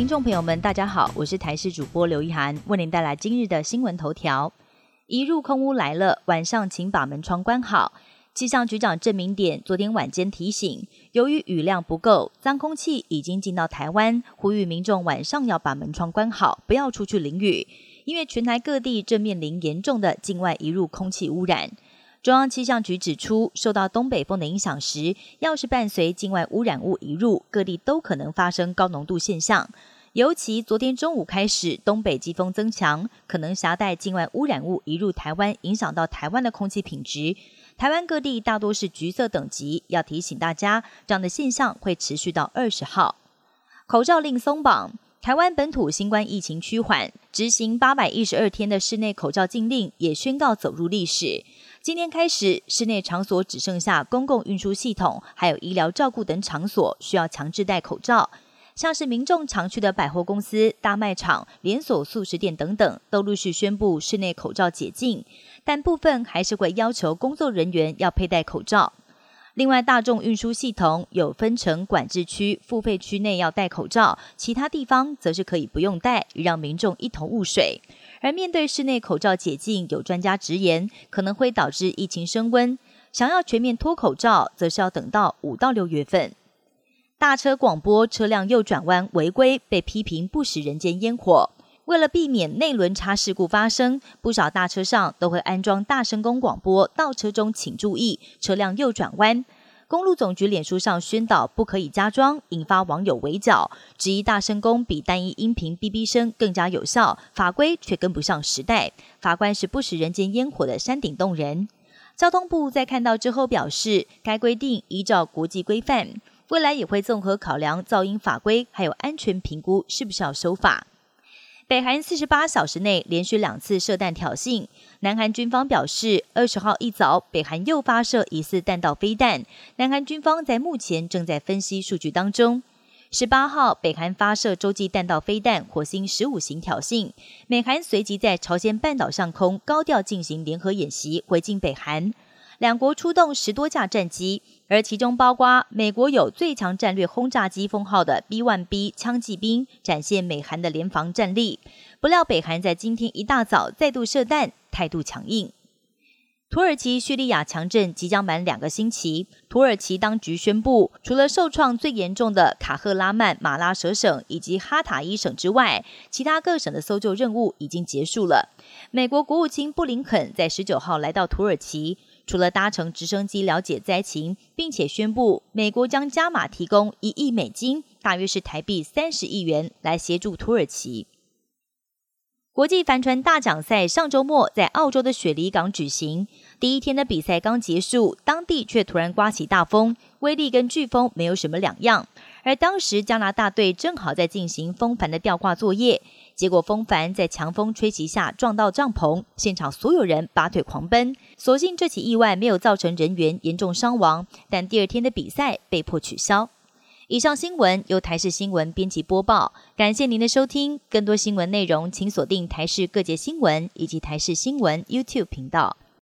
众朋友们大家好，我是台视主播刘一涵，为您带来今日的新闻头条。一入空屋来了，晚上请把门窗关好。气象局长郑明典昨天晚间提醒，由于雨量不够，脏空气已经进到台湾，呼吁民众晚上要把门窗关好，不要出去淋雨，因为全台各地正面临严重的境外移入空气污染。中央气象局指出，受到东北风的影响时，要是伴随境外污染物移入，各地都可能发生高浓度现象。尤其昨天中午开始，东北季风增强，可能携带境外污染物移入台湾，影响到台湾的空气品质。台湾各地大多是橘色等级，要提醒大家，这样的现象会持续到20号。口罩令松绑，台湾本土新冠疫情趋缓，执行812天的室内口罩禁令也宣告走入历史。今天开始，室内场所只剩下公共运输系统，还有医疗照顾等场所需要强制戴口罩。像是民众常去的百货公司、大卖场、连锁速食店等等，都陆续宣布室内口罩解禁，但部分还是会要求工作人员要佩戴口罩。另外，大众运输系统有分成管制区、付费区内要戴口罩，其他地方则是可以不用戴，让民众一头雾水。而面对室内口罩解禁，有专家直言，可能会导致疫情升温，想要全面脱口罩，则是要等到5到6月份。大车广播车辆右转弯违规，被批评不食人间烟火。为了避免内轮差事故发生，不少大车上都会安装大声公广播，到车中请注意，车辆右转弯。公路总局脸书上宣导不可以加装，引发网友围剿，质疑大声公比单一音频哔哔声更加有效，法规却跟不上时代。法官是不食人间烟火的山顶洞人。交通部在看到之后表示，该规定依照国际规范，未来也会综合考量噪音法规还有安全评估是不是要修法。北韩48小时内连续2次射弹挑衅，南韩军方表示20号一早北韩又发射疑似弹道飞弹，南韩军方在目前正在分析数据当中。18号北韩发射洲际弹道飞弹火星15型挑衅，美韩随即在朝鲜半岛上空高调进行联合演习回敬北韩，两国出动10多架战机，而其中包括美国有最强战略轰炸机封号的 B-1B 枪骑兵，展现美韩的联防战力。不料北韩在今天一大早再度射弹，态度强硬。土耳其叙利亚强震即将满2个星期，土耳其当局宣布，除了受创最严重的卡赫拉曼马拉舍省以及哈塔伊省之外，其他各省的搜救任务已经结束了。美国国务卿布林肯在19号来到土耳其，除了搭乘直升机了解灾情，并且宣布美国将加码提供1亿美金，大约是台币30亿元来协助土耳其。国际帆船大奖赛上周末在澳洲的雪梨港举行，第一天的比赛刚结束，当地却突然刮起大风，威力跟飓风没有什么两样。而当时加拿大队正好在进行风帆的吊挂作业，结果风帆在强风吹袭下撞到帐篷，现场所有人拔腿狂奔。所幸这起意外没有造成人员严重伤亡，但第二天的比赛被迫取消。以上新闻由台视新闻编辑播报，感谢您的收听。更多新闻内容请锁定台视各节新闻以及台视新闻 YouTube 频道。